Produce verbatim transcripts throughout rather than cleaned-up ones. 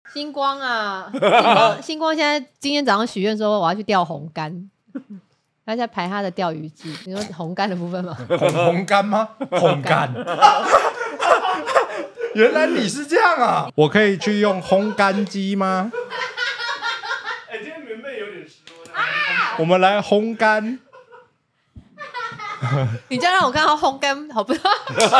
星光啊，星光，星光现在今天早上许愿说我要去钓红竿，他在排他的钓鱼季。你说红竿的部分吗？ 红红竿吗？红竿。原来你是这样啊！我可以去用烘干机吗？ 哎、欸，今天棉被有点湿哦。 我们来烘干。 你这样让我看到烘干，好不？不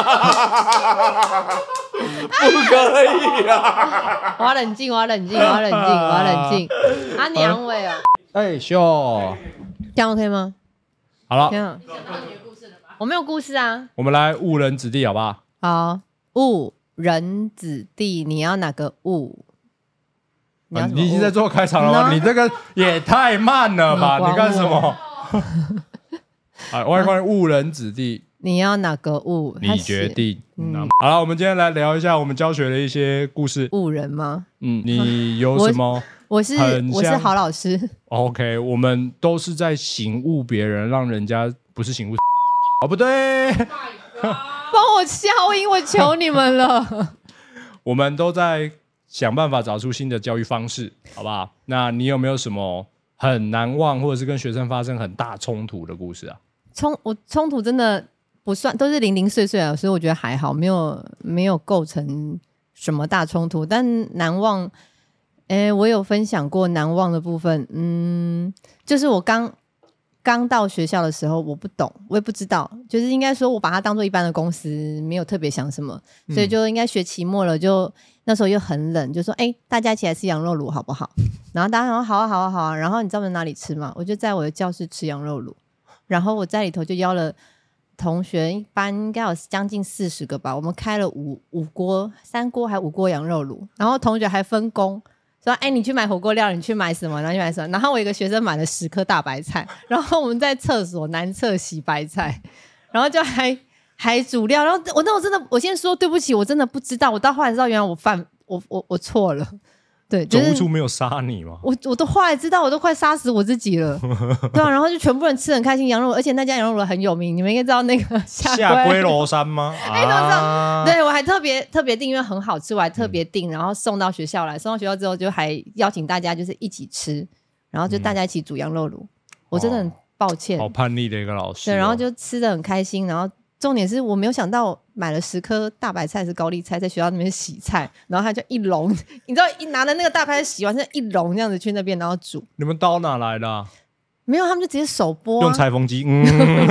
可以啊！ 我要冷静，我要冷静，我要冷静，我要冷静。啊，娘伟哦！ 哎，秀， 这样 OK 吗？ 好了， 我没有故事啊。 我们来误人子弟，好不好？ 好，误人子弟，你要哪个误？你, 啊、你已经在做开场了吗？你这个也太慢了吧！你干什么？啊，我来关于误人子弟， 你要哪个误？ 你决定。嗯、好了，我们今天来聊一下我们教学的一些故事。 误人吗？ 嗯，你有什么？ 我是我是好老师。 OK， 我们都是在醒悟别人，让人家不是醒悟。哦，不对， 帮我消音，我求你们了。 我们都在想办法找出新的教育方式，好不好？那你有没有什么很难忘，或者是跟学生发生很大冲突的故事啊？ 冲我冲突真的不算，都是零零碎碎啊，所以我觉得还好，没有没有构成什么大冲突。但难忘，哎，我有分享过难忘的部分，嗯，就是我刚刚到学校的时候，我不懂，我也不知道，就是应该说我把它当做一般的公司，没有特别想什么，所以就应该学期末了，就那时候又很冷，就说哎，大家一起来吃羊肉炉好不好？然后大家说好啊好啊好啊，然后你知道在哪里吃吗？我就在我的教室吃羊肉炉，然后我在里头就邀了同学，一班应该有将近四十个吧，我们开了五五锅三锅还五锅羊肉炉，然后同学还分工说哎，你去买火锅料，你去买什么，然后去买什么，然后我有一个学生买了十颗大白菜，然后我们在厕所南侧洗白菜，然后就还还煮料，然后我那我真的我先说对不起，我真的不知道，我到后来知道原来我犯我我我错了。对， 总务处没有杀你吗？ 我我都后来知道，我都快杀死我自己了。对啊，然后就全部人吃很开心羊肉，而且那家羊肉很有名，你们应该知道那个下龟楼山吗？ 哎、啊，对，我还特别特别订，因为很好吃，我还特别订、嗯，然后送到学校来，送到学校之后就还邀请大家就是一起吃，然后就大家一起煮羊肉炉、嗯。我真的很抱歉， 好叛逆的一个老师、哦。 对，然后就吃得很开心，然后。重点是我没有想到买了十颗大白菜是高丽菜，在学校那边洗菜，然后他就一笼，你知道一拿的那个大白菜洗完是一笼这样子去那边然后煮。你们刀哪来的、啊？ 没有，他们就直接手剥、啊， 用裁缝机，嗯，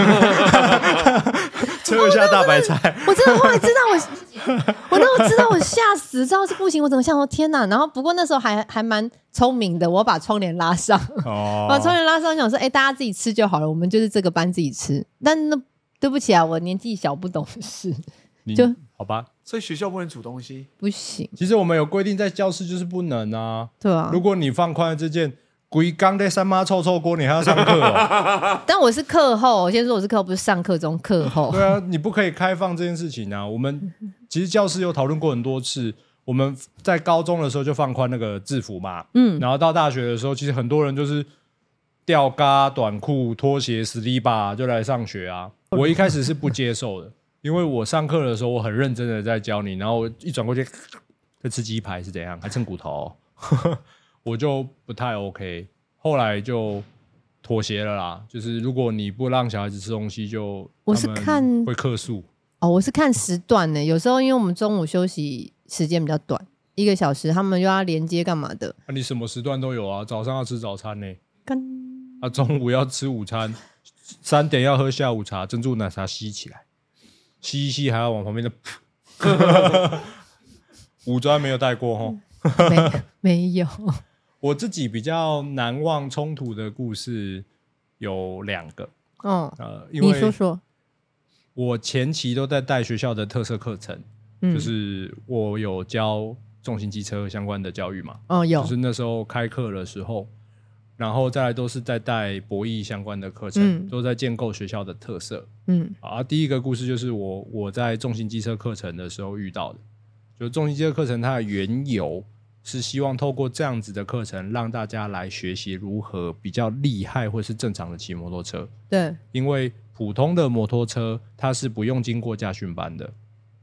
切一下大白菜。 我真的后来知道我，我那时候知道我吓死，知道是不行，我整个想说天哪！然后不过那时候还还蛮聪明的，我把窗帘拉上，哦，把窗帘拉上，想说哎、欸，大家自己吃就好了，我们就是这个班自己吃，但那。对不起啊，我年纪小不懂事，就好吧。 所以学校不能煮东西， 不行。 其实我们有规定，在教室就是不能啊。 对啊， 如果你放宽了这件规缸在三妈臭臭锅，你还要上课哦。 但我是课后，我先说我是课后，不是上课中，课后。 对啊，你不可以开放这件事情啊。我们其实教室有讨论过很多次，我们在高中的时候就放宽那个制服嘛，嗯，然后到大学的时候，其实很多人就是吊嘎、短裤、拖鞋、斯利巴就来上学啊。我一开始是不接受的，因为我上课的时候我很认真的在教你，然后我一转过去在吃鸡排是怎样，还蹭骨头、哦，我就不太 OK。后来就妥协了啦，就是如果你不让小孩子吃东西就，就我是看会客诉哦，我是看时段的，有时候因为我们中午休息时间比较短，一个小时，他们又要连接干嘛的？ 啊、你什么时段都有啊，早上要吃早餐呢， 跟啊中午要吃午餐。三点要喝下午茶，珍珠奶茶吸起来，吸一吸还要往旁边的。五专没有带过齁？ 没没有。 我自己比较难忘冲突的故事有两个。 哦，呃，因为你说说。 我前期都在带学校的特色课程、嗯，就是我有教重型机车相关的教育嘛。 哦，有。 就是那时候开课的时候。然后再来都是在带博弈相关的课程、嗯，都在建构学校的特色。嗯，啊，第一个故事就是我我在重型机车课程的时候遇到的，就重型机车课程它的缘由是希望透过这样子的课程，让大家来学习如何比较厉害或是正常的骑摩托车。 对， 因为普通的摩托车它是不用经过驾训班的，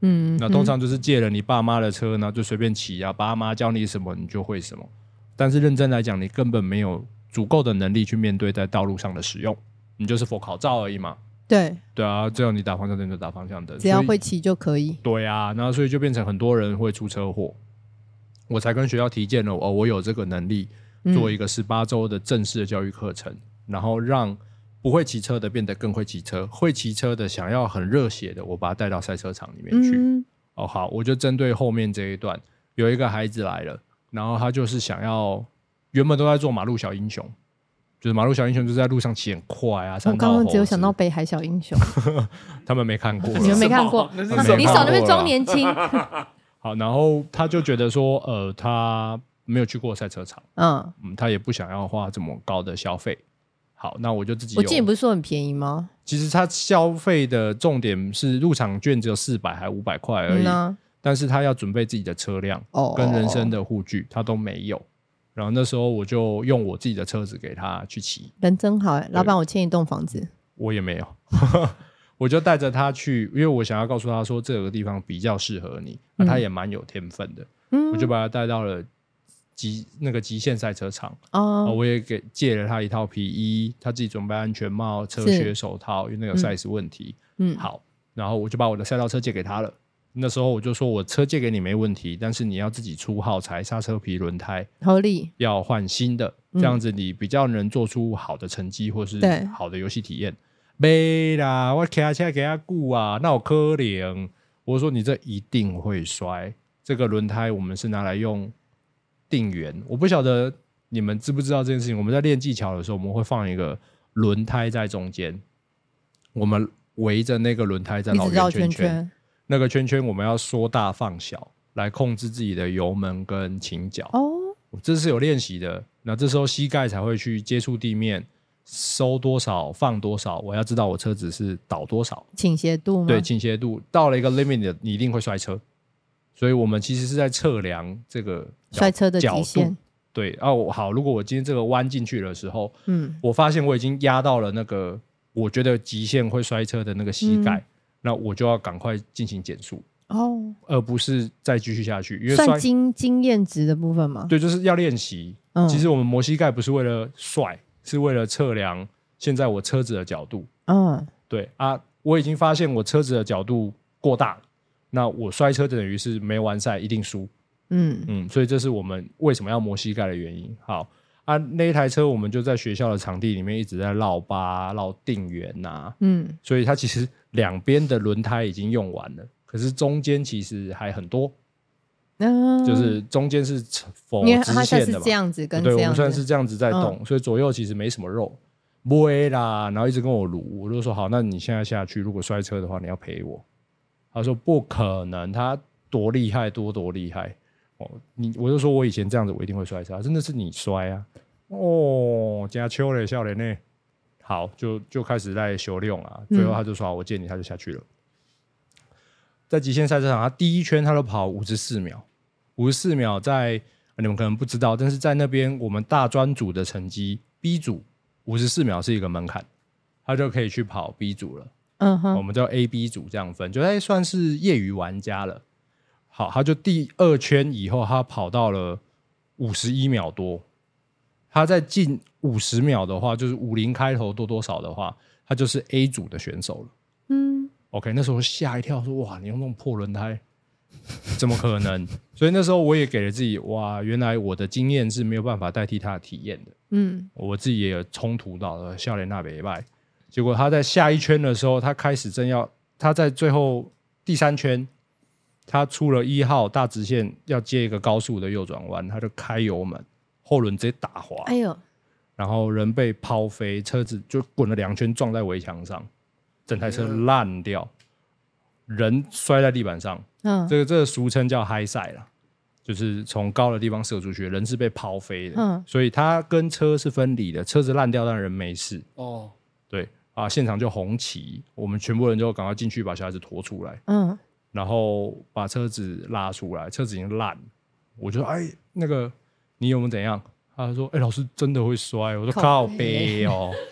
嗯， 那通常就是借了你爸妈的车，然后就随便骑啊，爸妈教你什么你就会什么。但是认真来讲，你根本没有足够的能力去面对在道路上的使用，你就是for考照而已嘛。 对对啊，只要你打方向灯就打方向灯， 只要会骑就可以。 对啊，然后所以就变成很多人会出车祸。我才跟学校提荐了，哦，我有这个能力做一个十八周的正式的教育课程，嗯，然后让不会骑车的变得更会骑车，会骑车的想要很热血的，我把他带到赛车场里面去。嗯，哦，好，我就针对后面这一段，有一个孩子来了，然后他就是想要，原本都在做马路小英雄。就是马路小英雄就是在路上骑很快啊， 我刚刚只有想到北海小英雄他们没看过你们没看过你少那边装年轻好，然后他就觉得说呃，他没有去过赛车场， 嗯, 嗯他也不想要花这么高的消费。好，那我就自己有， 我记得你不是说很便宜吗？ 其实他消费的重点是入场券只有四百还五百块而已，嗯啊，但是他要准备自己的车辆跟人身的护具他都没有。然后那时候我就用我自己的车子给他去骑， 人真好哎，老板，我欠一栋房子。我也没有我就带着他去，因为我想要告诉他说这个地方比较适合你，嗯，他也蛮有天分的，嗯，我就把他带到了极那个极限赛车场，哦，我也给借了他一套皮衣，他自己准备安全帽、车靴、手套，因为那个赛事问题，嗯，好，然后我就把我的赛道车借给他了。那时候我就说我车借给你没问题，但是你要自己出耗材、刹车皮、轮胎， 合理， 要换新的，这样子你比较能做出好的成绩或是好的游戏体验。没啦，我开车给他顾啊，那我可怜。我说你这一定会摔，这个轮胎我们是拿来用定圆，我不晓得你们知不知道这件事情。我们在练技巧的时候，我们会放一个轮胎在中间，我们围着那个轮胎在绕圆圈圈。那个圈圈我们要缩大放小来控制自己的油门跟倾角，哦，这是有练习的。那这时候膝盖才会去接触地面，收多少放多少，我要知道我车子是倒多少， 倾斜度吗？ 对，倾斜度到了一个 limit 的你一定会摔车，所以我们其实是在测量这个摔车的极限。 对啊，好，如果我今天这个弯进去的时候，嗯，我发现我已经压到了那个我觉得极限会摔车的那个膝盖，嗯，那我就要赶快进行减速，哦，而不是再继续下去。因为算经经验值的部分吗？ 对，就是要练习，嗯。其实我们磨膝盖不是为了帅，是为了测量现在我车子的角度。嗯，对啊，我已经发现我车子的角度过大，那我摔车等于是没完赛，一定输。嗯嗯，所以这是我们为什么要磨膝盖的原因。好啊，那一台车我们就在学校的场地里面一直在绕八、绕定圆呐，嗯，所以它其实两边的轮胎已经用完了，可是中间其实还很多，嗯，就是中间是否直线的嘛，它是这样子跟这样子，对， 我们算是这样子在动，嗯，所以左右其实没什么肉，不会啦，然后一直跟我撸，我就说好，那你现在下去，如果摔车的话，你要赔我。他说不可能，他多厉害多多厉害。哦，你我就说我以前这样子我一定会摔车，真的是你摔啊！哦，加秋嘞，笑脸呢？好，就就开始在修炼啊。最后他就说好，我借你，他就下去了。在极限赛车场，他第一圈他都跑五十四秒，五十四秒在你们可能不知道，但是在那边我们大专组的成绩 B 组五十四秒是一个门槛，他就可以去跑 B 组了。嗯哼，我们叫 A、B 组这样分，就哎算是业余玩家了。好，他就第二圈以后，他跑到了五十一秒多。他在近五十秒的话，就是五零开头多多少的话，他就是 A 组的选手了。嗯 ，OK， 那时候吓一跳说，说哇，你用那种破轮胎，怎么可能？所以那时候我也给了自己，哇，原来我的经验是没有办法代替他的体验的。嗯，我自己也有冲突到了，笑脸那北拜。结果他在下一圈的时候，他开始正要，他在最后第三圈。他出了一号大直线，要接一个高速的右转弯，他就开油门，后轮直接打滑，哎呦！然后人被抛飞，车子就滚了两圈，撞在围墙上，整台车烂掉，人摔在地板上。嗯，这个这个俗称叫嗨赛啦，就是从高的地方射出去，人是被抛飞的。嗯，所以他跟车是分离的，车子烂掉，但人没事。哦，对啊，现场就红旗，我们全部人就赶快进去把小孩子拖出来。嗯。然后把车子拉出来，车子已经烂了，我就说哎，那个你有没有怎样？他说哎，老师真的会摔，我说靠北哦，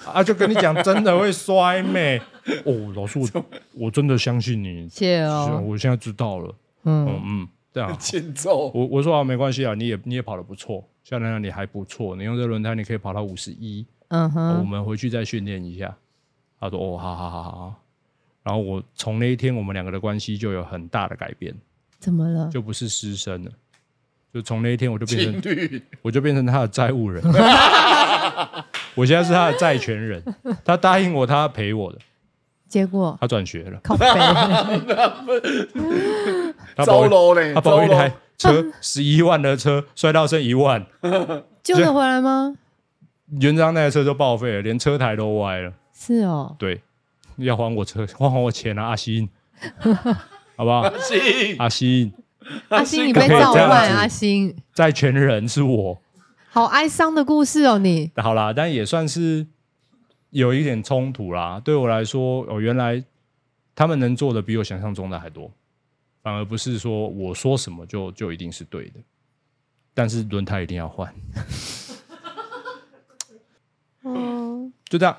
啊，就跟你讲，真的会摔妹。哦，老师，我我真的相信你。 谢哦， 我现在知道了。嗯嗯嗯，这样。 欠揍。 我我说啊，没关系啊，你也你也跑得不错，像那样你还不错，你用这轮胎你可以跑到五十一。嗯哼，我们回去再训练一下。他说哦，好好好好。然后我从那一天，我们两个的关系就有很大的改变。 怎么了？ 就不是师生了。就从那一天我就变成，我就变成他的债务人。我现在是他的债权人，他答应我他赔我的， 结果他转学了， 靠背。 糟楼嘞， 他保一台车十一万的车摔到剩一万， 救得回来吗？ 原张那台车就报废了，连车台都歪了。 是哦， 对，要还我车，还我钱啊，阿星，好不好？ 阿星， 阿星。 阿星，你被召唤，阿星， 债权人是我， 好哀伤的故事哦，你。 好啦，但也算是有一点冲突啦。对我来说，哦，原来他们能做的比我想象中的还多，反而不是说我说什么就就一定是对的，但是轮胎一定要换。嗯，就这样，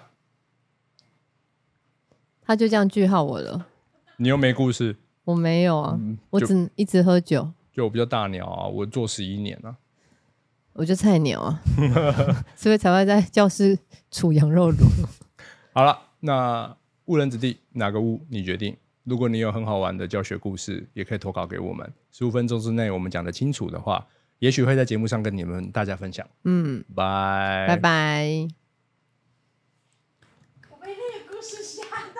他就这样句号我了。 你又没故事。 我没有啊，嗯、我只一直喝酒。 就我比较大鸟啊，我做十一年啊， 我就菜鸟啊，所以才会在教室煮羊肉炉。 好了，那误人子弟哪个误你决定。如果你有很好玩的教学故事，也可以投稿给我们。十五分钟之内我们讲得清楚的话，也许会在节目上跟你们大家分享。嗯，拜拜拜。 我被那个故事吓